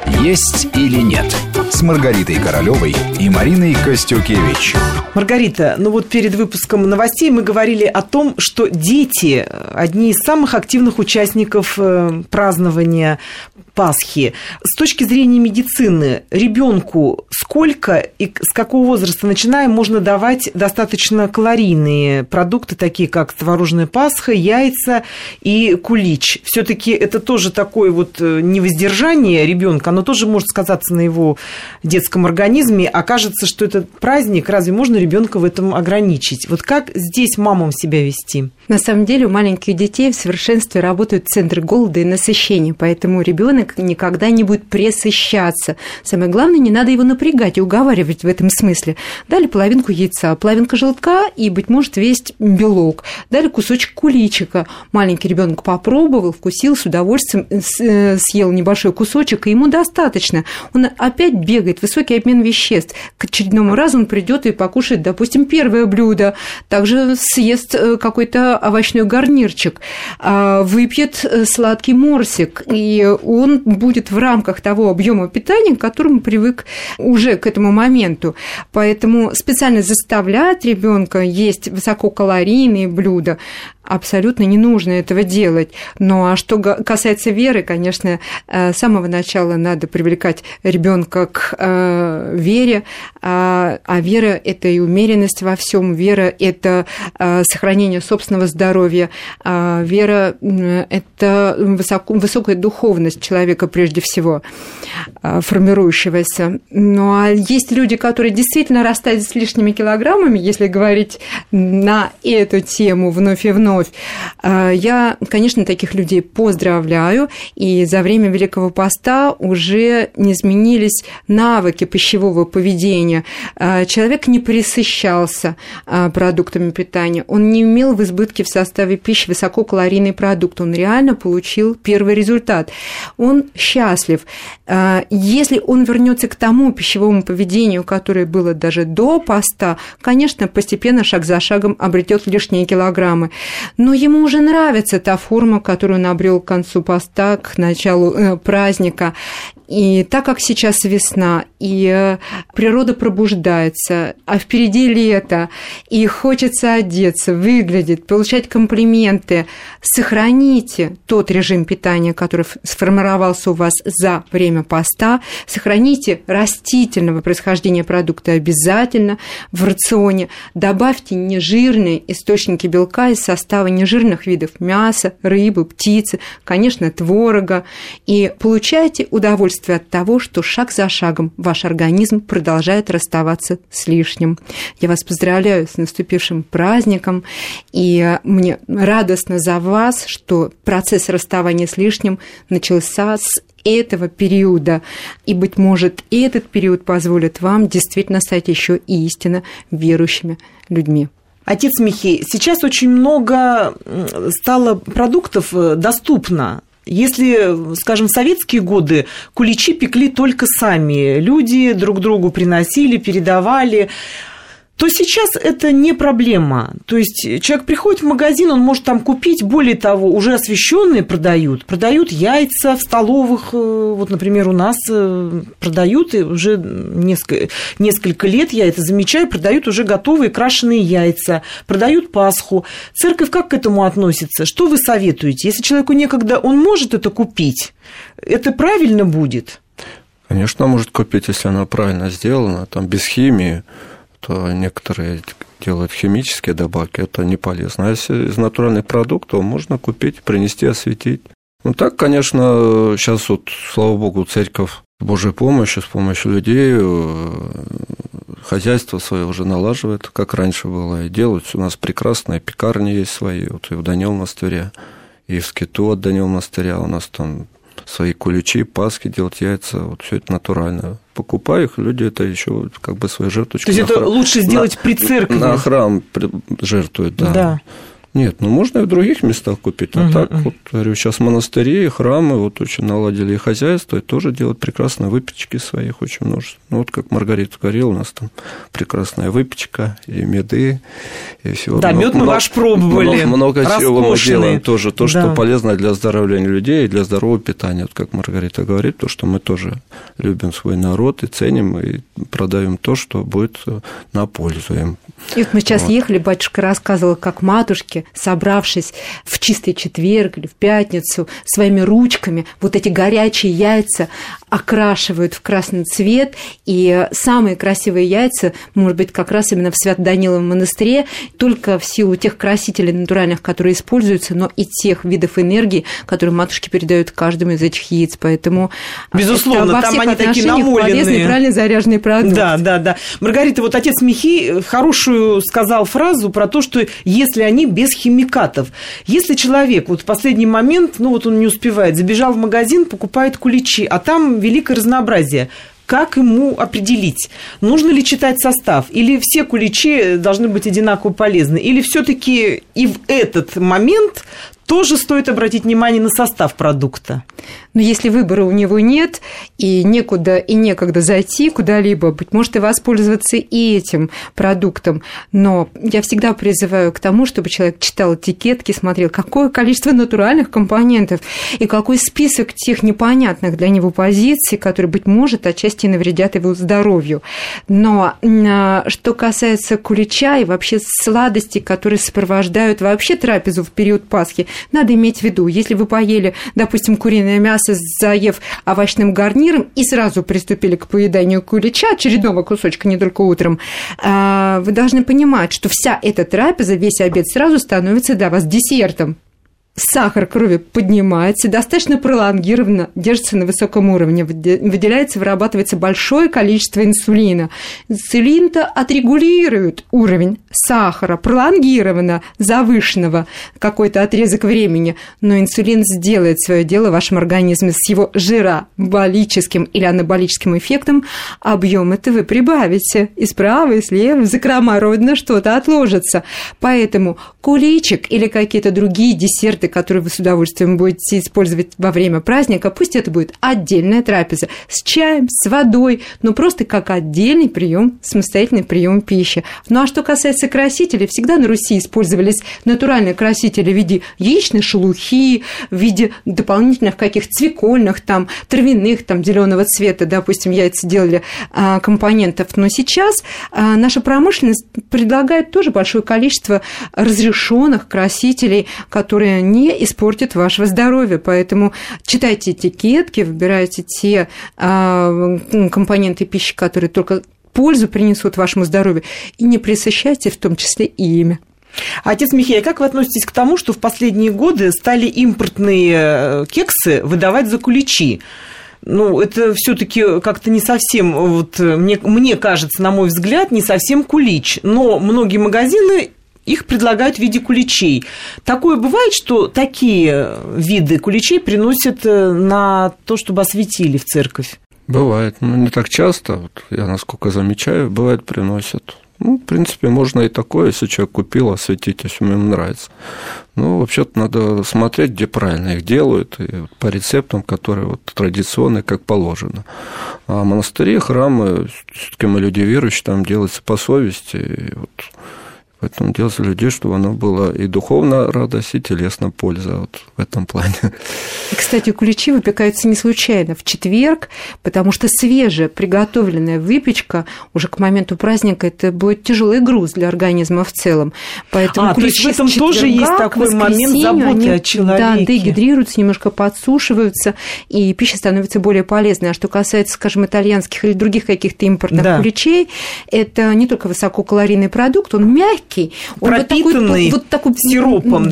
«Есть или нет» с Маргаритой Королевой и Мариной Костюкевич. Маргарита, перед выпуском новостей мы говорили о том, что дети – одни из самых активных участников празднования Пасхи. С точки зрения медицины, ребенку сколько и с какого возраста начинаем можно давать достаточно калорийные продукты, такие как творожная пасха, яйца и кулич? Все-таки это тоже такое невоздержание ребенка, оно тоже может сказаться на его детском организме. Окажется, что этот праздник, разве можно ребенка в этом ограничить? Как здесь мамам себя вести? На самом деле у маленьких детей в совершенстве работают центры голода и насыщения, поэтому ребенок никогда не будет пресыщаться. Самое главное, не надо его напрягать и уговаривать в этом смысле. Дали половинку яйца, половинка желтка и, быть может, весь белок. Дали кусочек куличика. Маленький ребенок попробовал, вкусил, с удовольствием съел небольшой кусочек, и ему достаточно. Он опять бегает, высокий обмен веществ. К очередному разу он придет и покушает, допустим, первое блюдо. Также съест какой-то овощной гарнирчик, выпьет сладкий морсик, и он будет в рамках того объема питания, к которому привык уже к этому моменту. Поэтому специально заставлять ребенка есть высококалорийные блюда абсолютно не нужно этого делать. Ну, а что касается веры, конечно, с самого начала надо привлекать ребенка к вере, а вера – это и умеренность во всем, вера – это сохранение собственного здоровья, вера – это высокая духовность человека прежде всего, формирующегося. Ну, а есть люди, которые действительно растают с лишними килограммами, если говорить на эту тему вновь и вновь. Я, конечно, таких людей поздравляю, и за время Великого Поста уже не изменились навыки пищевого поведения. Человек не пресыщался продуктами питания, он не имел в избытке в составе пищи высококалорийный продукт, он реально получил первый результат. Он счастлив. Если он вернется к тому пищевому поведению, которое было даже до поста, конечно, постепенно, шаг за шагом обретет лишние килограммы. Но ему уже нравится та форма, которую он обрел к концу поста, к началу праздника. И так как сейчас весна, и природа пробуждается, а впереди лето, и хочется одеться, выглядеть, получать комплименты, сохраните тот режим питания, который сформировался у вас за время поста, сохраните растительного происхождения продукта обязательно в рационе, добавьте нежирные источники белка из состава нежирных видов мяса, рыбы, птицы, конечно, творога, и получайте удовольствие от того, что шаг за шагом ваш организм продолжает расставаться с лишним. Я вас поздравляю с наступившим праздником, и мне радостно за вас, что процесс расставания с лишним начался с этого периода, и, быть может, этот период позволит вам действительно стать еще и истинно верующими людьми. Отец Михей, сейчас очень много стало продуктов доступно. Если, скажем, в советские годы куличи пекли только сами, люди друг другу приносили, передавали, то сейчас это не проблема. То есть человек приходит в магазин, он может там купить, более того, уже освещенные продают яйца в столовых, например, у нас продают, и уже несколько лет я это замечаю, продают уже готовые крашеные яйца, продают Пасху. Церковь как к этому относится? Что вы советуете? Если человеку некогда, он может это купить, это правильно будет? Конечно, может купить, если оно правильно сделано, там без химии. То некоторые делают химические добавки, это не полезно. А если из натуральных продуктов, можно купить, принести, осветить. Так, конечно, сейчас слава богу, церковь с Божьей помощью, с помощью людей, хозяйство свое уже налаживает, как раньше было, и делают. У нас прекрасные пекарни есть свои, и в Даниловом монастыре, и в Скиту от Данилового монастыря у нас там свои куличи, пасхи делать, яйца, все это натурально. Покупаю их, люди это еще свои жертвочки. То есть это лучше сделать при церкви? На храм жертвуют, да. Нет, можно и в других местах купить. А так, вот, говорю, сейчас монастыри, храмы вот очень наладили и хозяйство, и тоже делают прекрасные выпечки своих очень множество. Вот как Маргарита говорила, у нас там прекрасная выпечка, и меды, и всего. Да, мед мы ваш пробовали. Много чего мы делаем тоже. То, что полезно для оздоровления людей и для здорового питания. Вот как Маргарита говорит, то, что мы тоже любим свой народ и ценим, и продаем то, что будет на пользу им. И вот мы сейчас ехали, батюшка рассказывал, как матушки, собравшись в чистый четверг или в пятницу, своими ручками вот эти горячие яйца окрашивают в красный цвет, и самые красивые яйца, может быть, как раз именно в Свято-Даниловом монастыре, только в силу тех красителей натуральных, которые используются, но и тех видов энергии, которые матушки передают каждому из этих яиц. Поэтому безусловно, там они такие намоленные. Полезный, правильно заряженный продукт. Да. Маргарита, вот отец Михей хорошую сказал фразу про то, что если они без химикатов. Если человек вот в последний момент, он не успевает, забежал в магазин, покупает куличи, а там великое разнообразие. Как ему определить, нужно ли читать состав, или все куличи должны быть одинаково полезны, или все-таки и в этот момент тоже стоит обратить внимание на состав продукта? Но если выбора у него нет, и некуда и некогда зайти куда-либо, быть может, и воспользоваться и этим продуктом. Но я всегда призываю к тому, чтобы человек читал этикетки, смотрел, какое количество натуральных компонентов и какой список тех непонятных для него позиций, которые, быть может, отчасти навредят его здоровью. Но что касается кулича и вообще сладостей, которые сопровождают вообще трапезу в период Пасхи, надо иметь в виду, если вы поели, допустим, куриное мясо, заев овощным гарниром, и сразу приступили к поеданию кулича, очередного кусочка, не только утром, вы должны понимать, что вся эта трапеза, весь обед сразу становится для вас десертом. Сахар крови поднимается, достаточно пролонгированно держится на высоком уровне, выделяется, вырабатывается большое количество инсулина. Инсулин-то отрегулирует уровень сахара, пролонгированно завышенного какой-то отрезок времени, но инсулин сделает свое дело в вашем организме с его жироболическим или анаболическим эффектом, объем это вы прибавите, и справа, и слева, в закрома родина что-то отложится. Поэтому куличик или какие-то другие десерты, которые вы с удовольствием будете использовать во время праздника, пусть это будет отдельная трапеза с чаем, с водой, но просто как отдельный прием, самостоятельный прием пищи. Ну а что касается красителей, всегда на Руси использовались натуральные красители в виде яичной шелухи, в виде дополнительных каких-то цвекольных, травяных, зеленого цвета, допустим, яйца делали компонентов. Но сейчас наша промышленность предлагает тоже большое количество разрешенных красителей, которые не испортят вашего здоровья. Поэтому читайте этикетки, выбирайте те компоненты пищи, которые только пользу принесут вашему здоровью, и не пресыщайте в том числе и ими. Отец Михей, как вы относитесь к тому, что в последние годы стали импортные кексы выдавать за куличи? Это все-таки как-то не совсем, мне кажется, на мой взгляд, не совсем кулич. Но многие магазины их предлагают в виде куличей. Такое бывает, что такие виды куличей приносят на то, чтобы осветили в церковь? Бывает, но не так часто. Я, насколько замечаю, бывает, приносят. В принципе, можно и такое, если человек купил, осветить, если ему нравится. Вообще-то надо смотреть, где правильно их делают, и по рецептам, которые традиционные, как положено. А монастыри, храмы, все-таки мы люди верующие, там делается по совести, и поэтому делается для людей, чтобы оно было и духовно радость, и телесно польза в этом плане. И, кстати, куличи выпекаются не случайно в четверг, потому что свежая приготовленная выпечка уже к моменту праздника это будет тяжелый груз для организма в целом. Поэтому то есть в этом тоже есть такой момент заботы о человеке. Да, дегидрируются, немножко подсушиваются, и пища становится более полезной. А что касается, скажем, итальянских или других каких-то импортных куличей, это не только высококалорийный продукт, он мягкий, он пропитанный такой сиропом,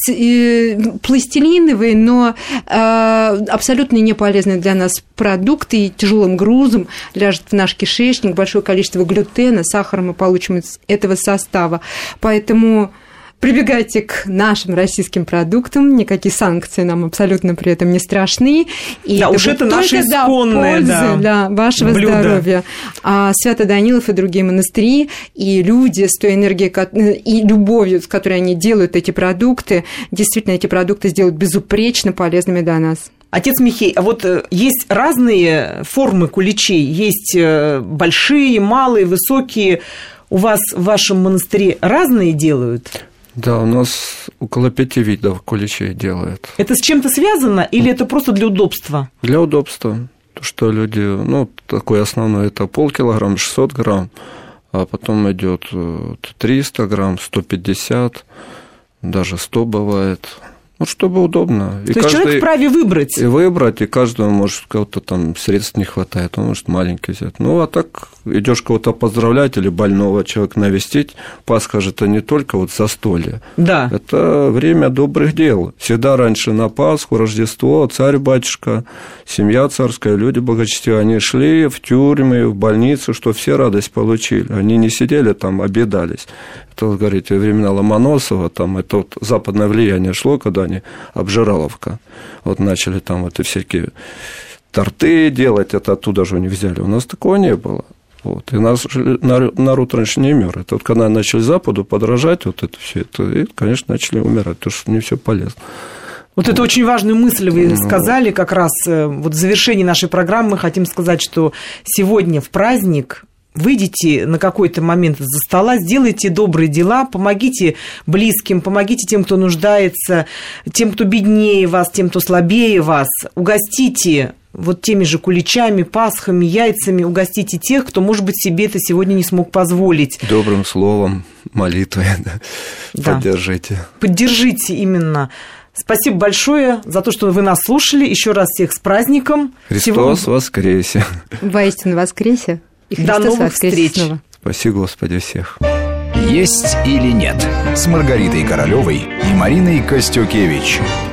пластилиновый, но абсолютно не полезный для нас продукт, и тяжелым грузом ляжет в наш кишечник большое количество глютена, сахара мы получим из этого состава. Поэтому Прибегайте к нашим российским продуктам, никакие санкции нам абсолютно при этом не страшны. И да, уж это наше исконное для вашего блюдо. Здоровья. А Свято-Данилов и другие монастыри, и люди с той энергией и любовью, с которой они делают эти продукты, действительно, эти продукты сделают безупречно полезными для нас. Отец Михей, а вот есть разные формы куличей, есть большие, малые, высокие. У вас в вашем монастыре разные делают? Да, у нас около 5 видов куличей делают. Это с чем-то связано или это просто для удобства? Для удобства. То, что люди, такой основной, это полкилограмма, 600 грамм, а потом идет 300 грамм, 150, даже 100 бывает. Чтобы удобно. То есть человек вправе выбрать. И выбрать, и каждому, может, кого-то там средств не хватает, он может маленький взять. А так идешь кого-то поздравлять или больного человека навестить. Пасха же это не только застолье. Да. Это время добрых дел. Всегда раньше на Пасху, Рождество, царь-батюшка, семья царская, люди благочестивые, они шли в тюрьмы, в больницу, что все радость получили. Они не сидели там, объедались. Это, говорите, времена Ломоносова, там это западное влияние шло, когда они обжираловка. Начали там и всякие торты делать, это оттуда же они взяли. У нас такого не было. И наш народ раньше не умер. Это когда начали Западу подражать, это все это, и, конечно, начали умирать, потому что не все полезно. Это очень важную мысль вы сказали, как раз в завершении нашей программы мы хотим сказать, что сегодня в праздник выйдите на какой-то момент из-за стола, сделайте добрые дела, помогите близким, помогите тем, кто нуждается, тем, кто беднее вас, тем, кто слабее вас, угостите теми же куличами, пасхами, яйцами, угостите тех, кто, может быть, себе это сегодня не смог позволить. Добрым словом, молитвой, поддержите. Поддержите именно. Спасибо большое за то, что вы нас слушали. Еще раз всех с праздником. Христос воскресе. Воистину воскресе. И до новых встреч. Снова. Спаси Господи всех. «Есть или нет» с Маргаритой Королевой и Мариной Костюкевич.